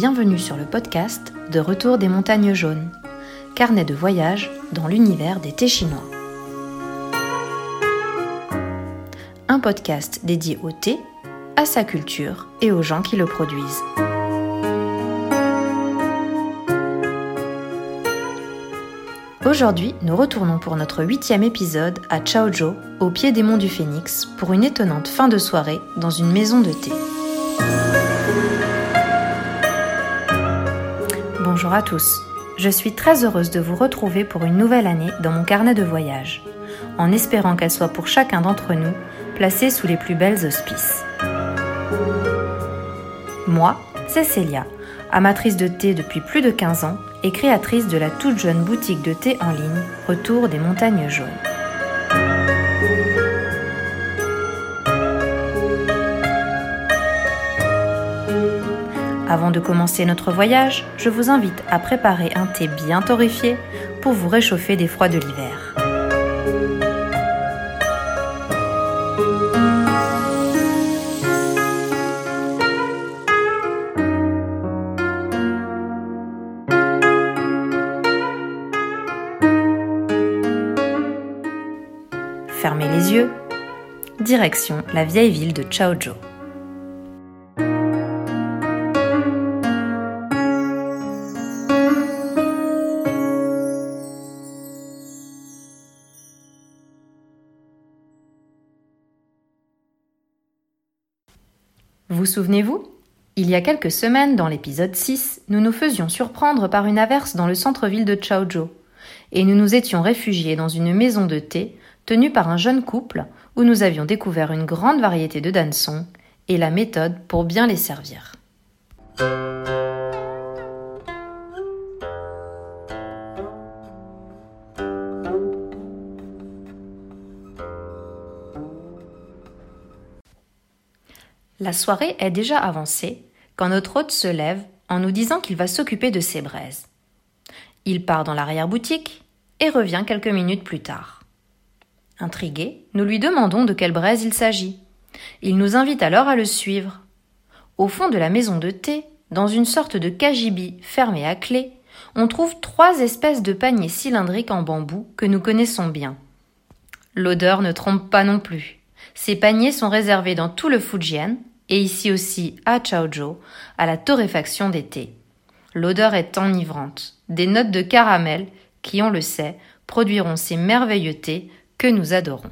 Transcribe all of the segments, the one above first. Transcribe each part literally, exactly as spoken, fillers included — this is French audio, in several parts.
Bienvenue sur le podcast de Retour des montagnes jaunes, carnet de voyage dans l'univers des thés chinois. Un podcast dédié au thé, à sa culture et aux gens qui le produisent. Aujourd'hui, nous retournons pour notre huitième épisode à Chaozhou, au pied des monts du Phénix, pour une étonnante fin de soirée dans une maison de thé. Bonjour à tous, je suis très heureuse de vous retrouver pour une nouvelle année dans mon carnet de voyage, en espérant qu'elle soit pour chacun d'entre nous placée sous les plus belles auspices. Moi, c'est Célia, amatrice de thé depuis plus de quinze ans et créatrice de la toute jeune boutique de thé en ligne Retour des montagnes jaunes. Avant de commencer notre voyage, je vous invite à préparer un thé bien torréfié pour vous réchauffer des froids de l'hiver. Fermez les yeux. Direction la vieille ville de Chaozhou. Vous souvenez-vous ? Il y a quelques semaines, dans l'épisode six, nous nous faisions surprendre par une averse dans le centre-ville de Chaozhou, et nous nous étions réfugiés dans une maison de thé tenue par un jeune couple où nous avions découvert une grande variété de dansons et la méthode pour bien les servir. La soirée est déjà avancée quand notre hôte se lève en nous disant qu'il va s'occuper de ses braises. Il part dans l'arrière-boutique et revient quelques minutes plus tard. Intrigués, nous lui demandons de quelle braise il s'agit. Il nous invite alors à le suivre. Au fond de la maison de thé, dans une sorte de cagibi fermé à clé, on trouve trois espèces de paniers cylindriques en bambou que nous connaissons bien. L'odeur ne trompe pas non plus. Ces paniers sont réservés dans tout le Fujian, et ici aussi à Chaozhou, à la torréfaction des thés. L'odeur est enivrante. Des notes de caramel qui, on le sait, produiront ces merveilleux thés que nous adorons.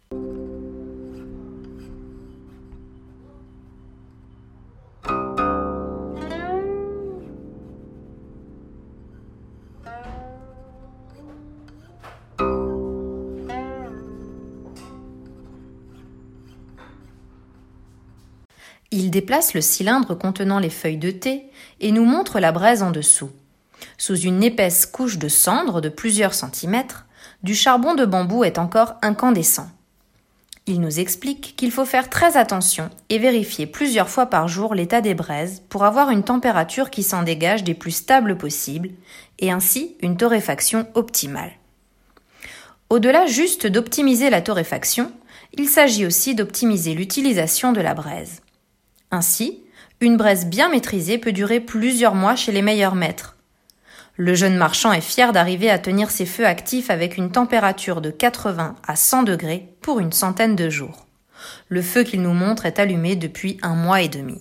Il déplace le cylindre contenant les feuilles de thé et nous montre la braise en dessous. Sous une épaisse couche de cendre de plusieurs centimètres, du charbon de bambou est encore incandescent. Il nous explique qu'il faut faire très attention et vérifier plusieurs fois par jour l'état des braises pour avoir une température qui s'en dégage des plus stables possibles et ainsi une torréfaction optimale. Au-delà juste d'optimiser la torréfaction, il s'agit aussi d'optimiser l'utilisation de la braise. Ainsi, une braise bien maîtrisée peut durer plusieurs mois chez les meilleurs maîtres. Le jeune marchand est fier d'arriver à tenir ses feux actifs avec une température de quatre-vingts à cent degrés pour une centaine de jours. Le feu qu'il nous montre est allumé depuis un mois et demi.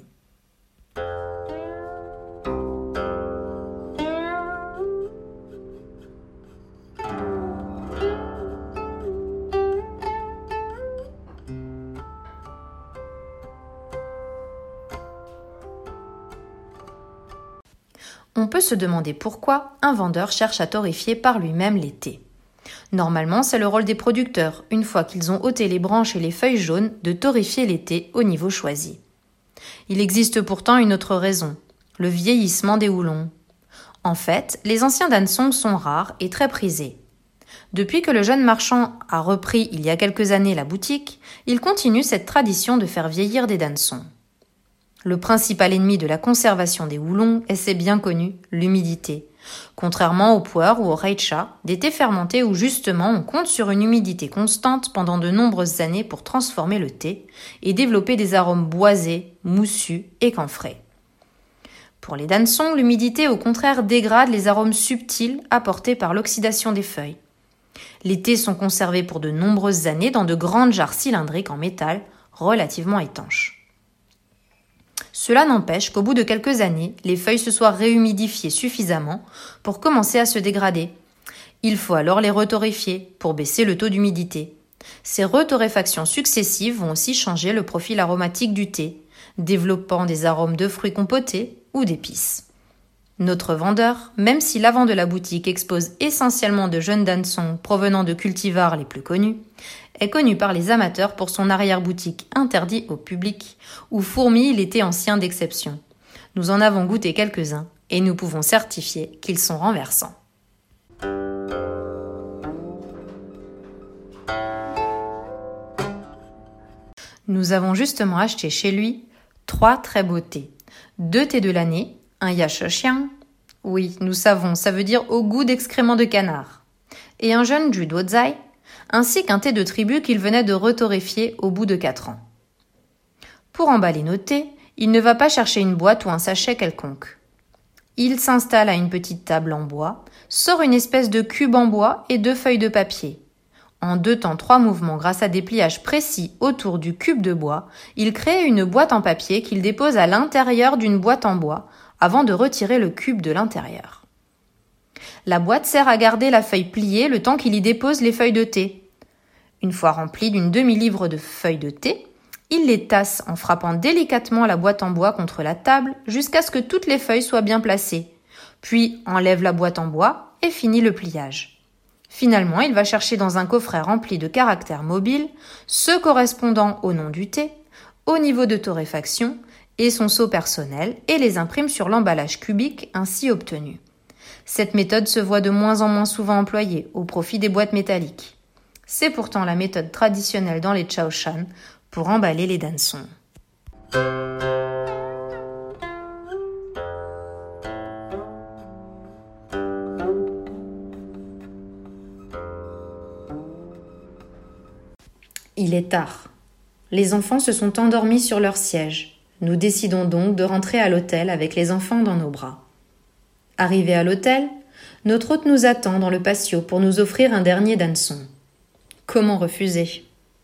On peut se demander pourquoi un vendeur cherche à torréfier par lui-même les thés. Normalement, c'est le rôle des producteurs, une fois qu'ils ont ôté les branches et les feuilles jaunes, de torréfier les thés au niveau choisi. Il existe pourtant une autre raison, le vieillissement des houblons. En fait, les anciens dansons sont rares et très prisés. Depuis que le jeune marchand a repris il y a quelques années la boutique, il continue cette tradition de faire vieillir des dansons. Le principal ennemi de la conservation des houblons est, c'est bien connu, l'humidité. Contrairement au pu'er ou au reicha, des thés fermentés où justement on compte sur une humidité constante pendant de nombreuses années pour transformer le thé et développer des arômes boisés, moussus et camphrés. Pour les dansons, l'humidité au contraire dégrade les arômes subtils apportés par l'oxydation des feuilles. Les thés sont conservés pour de nombreuses années dans de grandes jarres cylindriques en métal relativement étanches. Cela n'empêche qu'au bout de quelques années, les feuilles se soient réhumidifiées suffisamment pour commencer à se dégrader. Il faut alors les retorréfier pour baisser le taux d'humidité. Ces retorréfactions successives vont aussi changer le profil aromatique du thé, développant des arômes de fruits compotés ou d'épices. Notre vendeur, même si l'avant de la boutique expose essentiellement de jeunes dansons provenant de cultivars les plus connus, est connu par les amateurs pour son arrière-boutique interdit au public, où fourmille les thés anciens d'exception. Nous en avons goûté quelques-uns et nous pouvons certifier qu'ils sont renversants. Nous avons justement acheté chez lui trois très beaux thés. Deux thés de l'année, un Yashoxiang, oui, nous savons, ça veut dire au goût d'excréments de canard, et un jeune Juduozai, ainsi qu'un thé de tribu qu'il venait de retorréfier au bout de quatre ans. Pour emballer nos thés, il ne va pas chercher une boîte ou un sachet quelconque. Il s'installe à une petite table en bois, sort une espèce de cube en bois et deux feuilles de papier. En deux temps trois mouvements grâce à des pliages précis autour du cube de bois, il crée une boîte en papier qu'il dépose à l'intérieur d'une boîte en bois avant de retirer le cube de l'intérieur. La boîte sert à garder la feuille pliée le temps qu'il y dépose les feuilles de thé. Une fois remplie d'une demi-livre de feuilles de thé, il les tasse en frappant délicatement la boîte en bois contre la table jusqu'à ce que toutes les feuilles soient bien placées, puis enlève la boîte en bois et finit le pliage. Finalement, il va chercher dans un coffret rempli de caractères mobiles, ceux correspondant au nom du thé, au niveau de torréfaction et son sceau personnel et les imprime sur l'emballage cubique ainsi obtenu. Cette méthode se voit de moins en moins souvent employée au profit des boîtes métalliques. C'est pourtant la méthode traditionnelle dans les chaoshan pour emballer les dansons. Il est tard. Les enfants se sont endormis sur leur siège. Nous décidons donc de rentrer à l'hôtel avec les enfants dans nos bras. Arrivés à l'hôtel, notre hôte nous attend dans le patio pour nous offrir un dernier danson. Comment refuser ?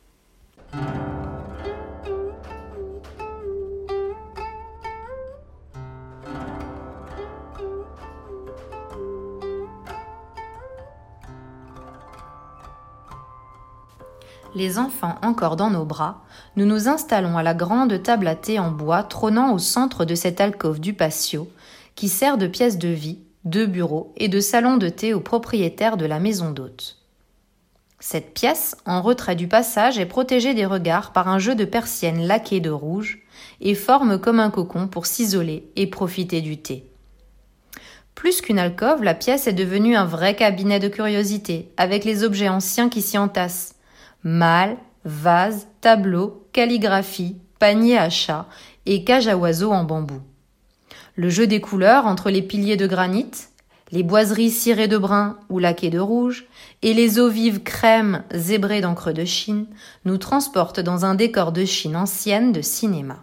Les enfants encore dans nos bras, nous nous installons à la grande table à thé en bois trônant au centre de cette alcôve du patio qui sert de pièce de vie, de bureau et de salon de thé aux propriétaires de la maison d'hôte. Cette pièce, en retrait du passage, est protégée des regards par un jeu de persiennes laquées de rouge et forme comme un cocon pour s'isoler et profiter du thé. Plus qu'une alcôve, la pièce est devenue un vrai cabinet de curiosité avec les objets anciens qui s'y entassent. Malles, vases, tableaux, calligraphie, paniers à chat et cage à oiseaux en bambou. Le jeu des couleurs entre les piliers de granit, les boiseries cirées de brun ou laquées de rouge et les eaux vives crème zébrées d'encre de Chine nous transportent dans un décor de Chine ancienne de cinéma.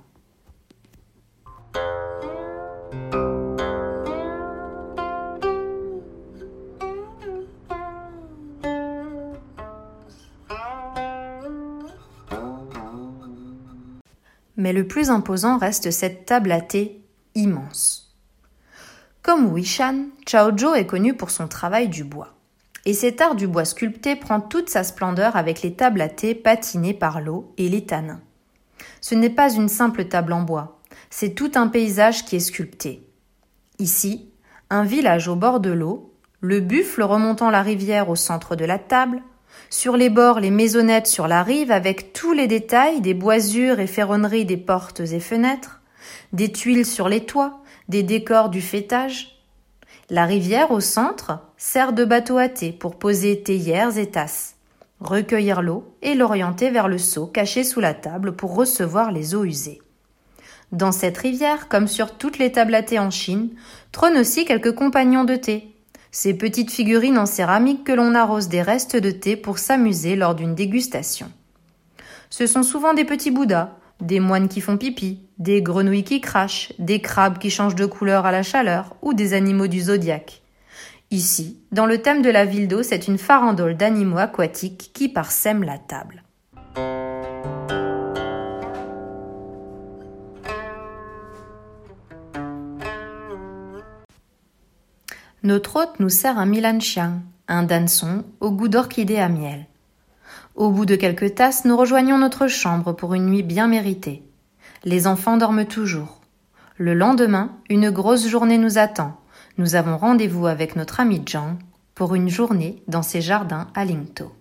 Mais le plus imposant reste cette table à thé immense. Comme Wishan, Chaozhou est connu pour son travail du bois. Et cet art du bois sculpté prend toute sa splendeur avec les tables à thé patinées par l'eau et les tanins. Ce n'est pas une simple table en bois, c'est tout un paysage qui est sculpté. Ici, un village au bord de l'eau, le buffle remontant la rivière au centre de la table, sur les bords, les maisonnettes sur la rive avec tous les détails des boisures et ferronneries des portes et fenêtres, des tuiles sur les toits, des décors du fêtage. La rivière au centre sert de bateau à thé pour poser théières et tasses, recueillir l'eau et l'orienter vers le seau caché sous la table pour recevoir les eaux usées. Dans cette rivière, comme sur toutes les tables à thé en Chine, trônent aussi quelques compagnons de thé. Ces petites figurines en céramique que l'on arrose des restes de thé pour s'amuser lors d'une dégustation. Ce sont souvent des petits bouddhas, des moines qui font pipi, des grenouilles qui crachent, des crabes qui changent de couleur à la chaleur ou des animaux du zodiaque. Ici, dans le thème de la ville d'eau, c'est une farandole d'animaux aquatiques qui parsème la table. Notre hôte nous sert un milanchiang, un danson au goût d'orchidée à miel. Au bout de quelques tasses, nous rejoignons notre chambre pour une nuit bien méritée. Les enfants dorment toujours. Le lendemain, une grosse journée nous attend. Nous avons rendez-vous avec notre ami Zhang pour une journée dans ses jardins à Lingtou.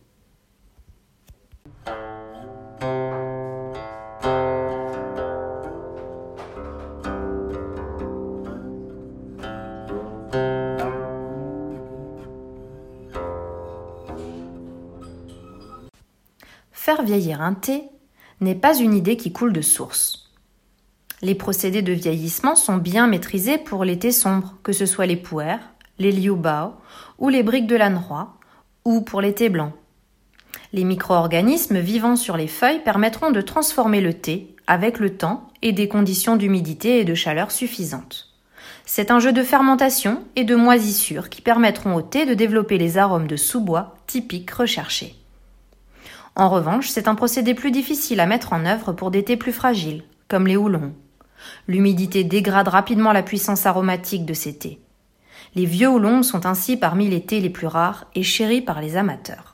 Faire vieillir un thé n'est pas une idée qui coule de source. Les procédés de vieillissement sont bien maîtrisés pour les thés sombres, que ce soit les pu'er, les liu bao ou les briques de l'âne roi, ou pour les thés blancs. Les micro-organismes vivant sur les feuilles permettront de transformer le thé avec le temps et des conditions d'humidité et de chaleur suffisantes. C'est un jeu de fermentation et de moisissure qui permettront au thé de développer les arômes de sous-bois typiques recherchés. En revanche, c'est un procédé plus difficile à mettre en œuvre pour des thés plus fragiles, comme les oolongs. L'humidité dégrade rapidement la puissance aromatique de ces thés. Les vieux oolongs sont ainsi parmi les thés les plus rares et chéris par les amateurs.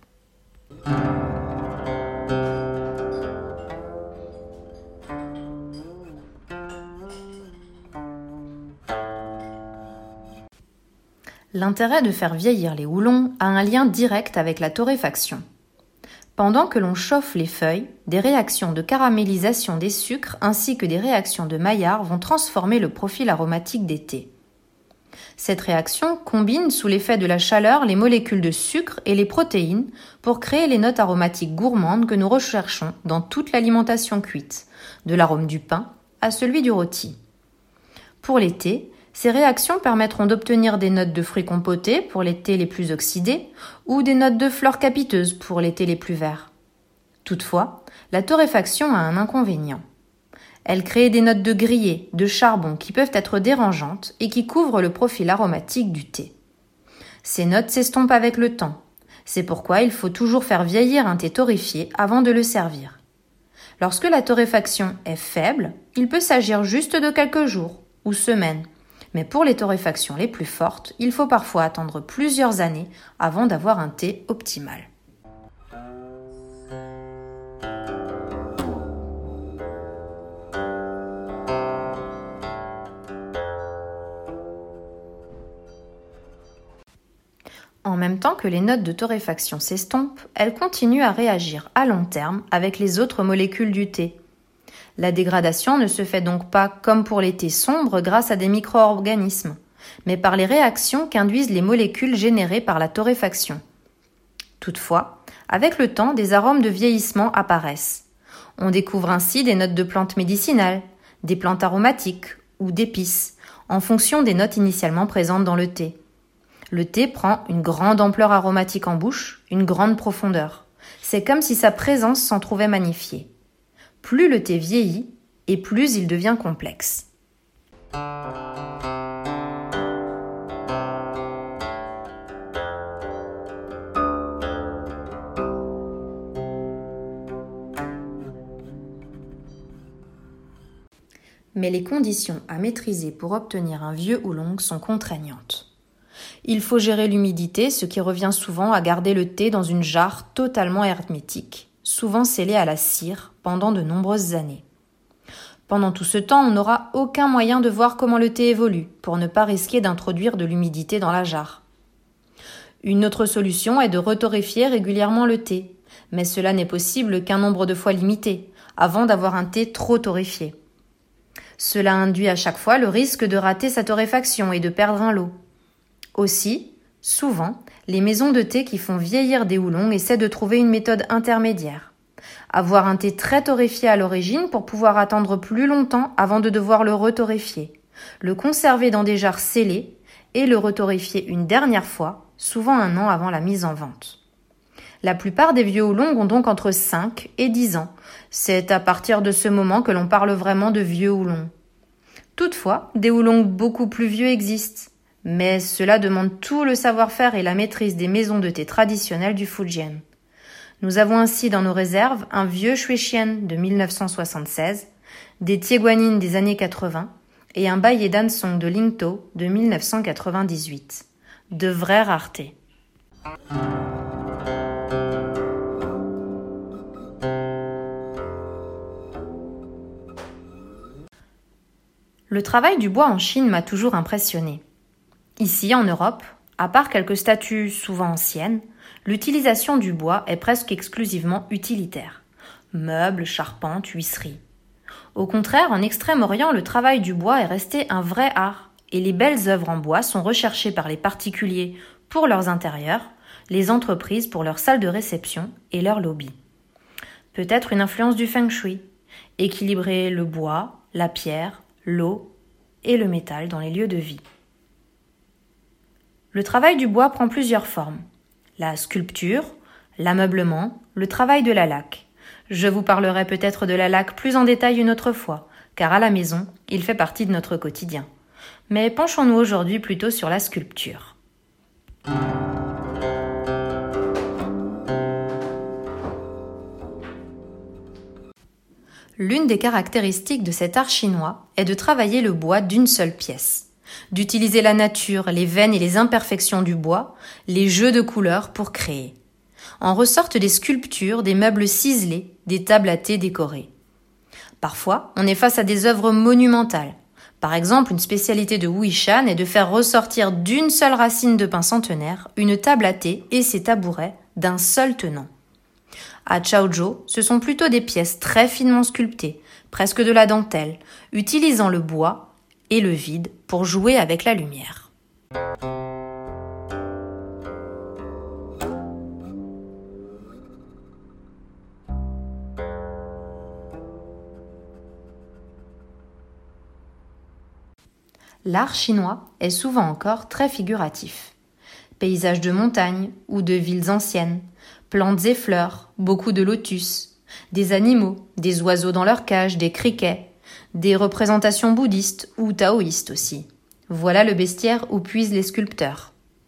L'intérêt de faire vieillir les oolongs a un lien direct avec la torréfaction. Pendant que l'on chauffe les feuilles, des réactions de caramélisation des sucres ainsi que des réactions de Maillard vont transformer le profil aromatique des thés. Cette réaction combine sous l'effet de la chaleur les molécules de sucre et les protéines pour créer les notes aromatiques gourmandes que nous recherchons dans toute l'alimentation cuite, de l'arôme du pain à celui du rôti. Pour les thés, ces réactions permettront d'obtenir des notes de fruits compotés pour les thés les plus oxydés ou des notes de fleurs capiteuses pour les thés les plus verts. Toutefois, la torréfaction a un inconvénient. Elle crée des notes de grillé, de charbon qui peuvent être dérangeantes et qui couvrent le profil aromatique du thé. Ces notes s'estompent avec le temps. C'est pourquoi il faut toujours faire vieillir un thé torréfié avant de le servir. Lorsque la torréfaction est faible, il peut s'agir juste de quelques jours ou semaines. Mais pour les torréfactions les plus fortes, il faut parfois attendre plusieurs années avant d'avoir un thé optimal. En même temps que les notes de torréfaction s'estompent, elles continuent à réagir à long terme avec les autres molécules du thé. La dégradation ne se fait donc pas comme pour les thés sombres grâce à des micro-organismes, mais par les réactions qu'induisent les molécules générées par la torréfaction. Toutefois, avec le temps, des arômes de vieillissement apparaissent. On découvre ainsi des notes de plantes médicinales, des plantes aromatiques ou d'épices, en fonction des notes initialement présentes dans le thé. Le thé prend une grande ampleur aromatique en bouche, une grande profondeur. C'est comme si sa présence s'en trouvait magnifiée. Plus le thé vieillit, et plus il devient complexe. Mais les conditions à maîtriser pour obtenir un vieux oolong sont contraignantes. Il faut gérer l'humidité, ce qui revient souvent à garder le thé dans une jarre totalement hermétique, souvent scellée à la cire, pendant de nombreuses années. Pendant tout ce temps, on n'aura aucun moyen de voir comment le thé évolue, pour ne pas risquer d'introduire de l'humidité dans la jarre. Une autre solution est de retorréfier régulièrement le thé, mais cela n'est possible qu'un nombre de fois limité, avant d'avoir un thé trop torréfié. Cela induit à chaque fois le risque de rater sa torréfaction et de perdre un lot. Aussi, souvent, les maisons de thé qui font vieillir des oolongs essaient de trouver une méthode intermédiaire. Avoir un thé très torréfié à l'origine pour pouvoir attendre plus longtemps avant de devoir le retorréfier, le conserver dans des jarres scellées et le retorréfier une dernière fois, souvent un an avant la mise en vente. La plupart des vieux oolongs ont donc entre cinq et dix ans, C'est à partir de ce moment que l'on parle vraiment de vieux houblons. Toutefois, des houblons beaucoup plus vieux existent, mais cela demande tout le savoir-faire et la maîtrise des maisons de thé traditionnelles du Fujian. Nous avons ainsi dans nos réserves un vieux Shueishian de mille neuf cent soixante-seize, des Tieguanyin des années quatre-vingts et un Baie Dansong de Lingtou de mille neuf cent quatre-vingt-dix-huit. De vraies raretés. Le travail du bois en Chine m'a toujours impressionné. Ici, en Europe, à part quelques statues souvent anciennes, l'utilisation du bois est presque exclusivement utilitaire. Meubles, charpentes, huisseries. Au contraire, en Extrême-Orient, le travail du bois est resté un vrai art, et les belles œuvres en bois sont recherchées par les particuliers pour leurs intérieurs, les entreprises pour leurs salles de réception et leurs lobbies. Peut-être une influence du feng shui, équilibrer le bois, la pierre, l'eau et le métal dans les lieux de vie. Le travail du bois prend plusieurs formes. La sculpture, l'ameublement, le travail de la laque. Je vous parlerai peut-être de la laque plus en détail une autre fois, car à la maison, il fait partie de notre quotidien. Mais penchons-nous aujourd'hui plutôt sur la sculpture. L'une des caractéristiques de cet art chinois est de travailler le bois d'une seule pièce, d'utiliser la nature, les veines et les imperfections du bois, les jeux de couleurs pour créer. En ressortent des sculptures, des meubles ciselés, des tables à thé décorées. Parfois, on est face à des œuvres monumentales. Par exemple, une spécialité de Wu Yishan est de faire ressortir d'une seule racine de pin centenaire une table à thé et ses tabourets d'un seul tenant. À Chaozhou, ce sont plutôt des pièces très finement sculptées, presque de la dentelle, utilisant le bois et le vide pour jouer avec la lumière. L'art chinois est souvent encore très figuratif. Paysages de montagnes ou de villes anciennes, plantes et fleurs, beaucoup de lotus, des animaux, des oiseaux dans leur cage, des criquets, des représentations bouddhistes ou taoïstes aussi. Voilà le bestiaire où puisent les sculpteurs.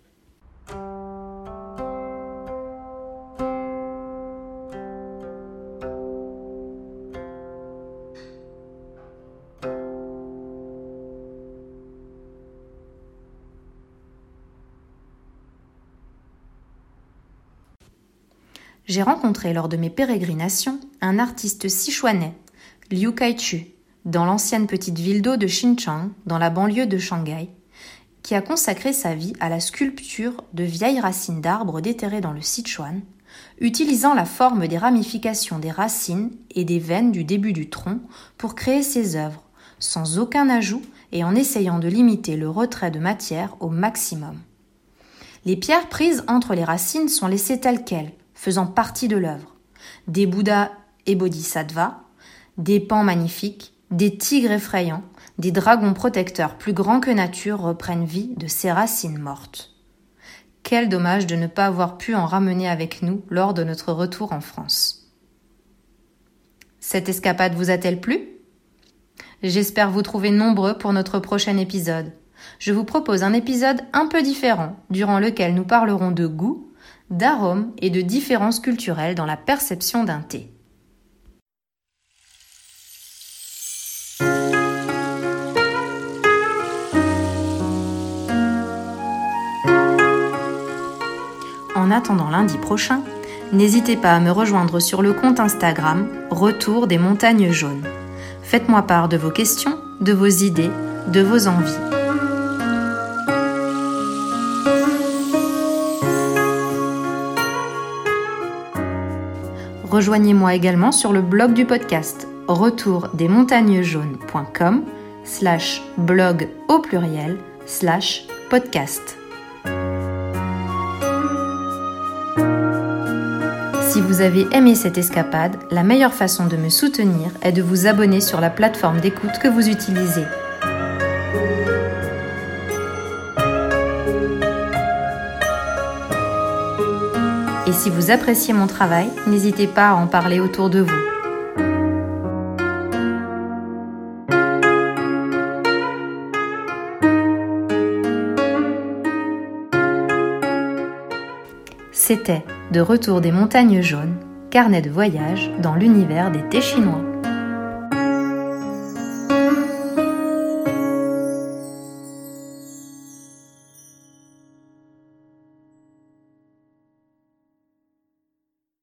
J'ai rencontré lors de mes pérégrinations un artiste sichuanais, Liu Kaichu, dans l'ancienne petite ville d'eau de Xinchang, dans la banlieue de Shanghai, qui a consacré sa vie à la sculpture de vieilles racines d'arbres déterrées dans le Sichuan, utilisant la forme des ramifications des racines et des veines du début du tronc pour créer ses œuvres, sans aucun ajout et en essayant de limiter le retrait de matière au maximum. Les pierres prises entre les racines sont laissées telles quelles, faisant partie de l'œuvre. Des Bouddhas et Bodhisattvas, des pans magnifiques, des tigres effrayants, des dragons protecteurs plus grands que nature reprennent vie de ces racines mortes. Quel dommage de ne pas avoir pu en ramener avec nous lors de notre retour en France. Cette escapade vous a-t-elle plu ? J'espère vous trouver nombreux pour notre prochain épisode. Je vous propose un épisode un peu différent, durant lequel nous parlerons de goût, d'arômes et de différences culturelles dans la perception d'un thé. En attendant lundi prochain, n'hésitez pas à me rejoindre sur le compte Instagram Retour des Montagnes Jaunes. Faites-moi part de vos questions, de vos idées, de vos envies. Rejoignez-moi également sur le blog du podcast retour des montagnes jaunes point com slash blog au pluriel slash podcast. Si vous avez aimé cette escapade, la meilleure façon de me soutenir est de vous abonner sur la plateforme d'écoute que vous utilisez. Et si vous appréciez mon travail, n'hésitez pas à en parler autour de vous. C'était De retour des montagnes jaunes, carnet de voyage dans l'univers des thés chinois.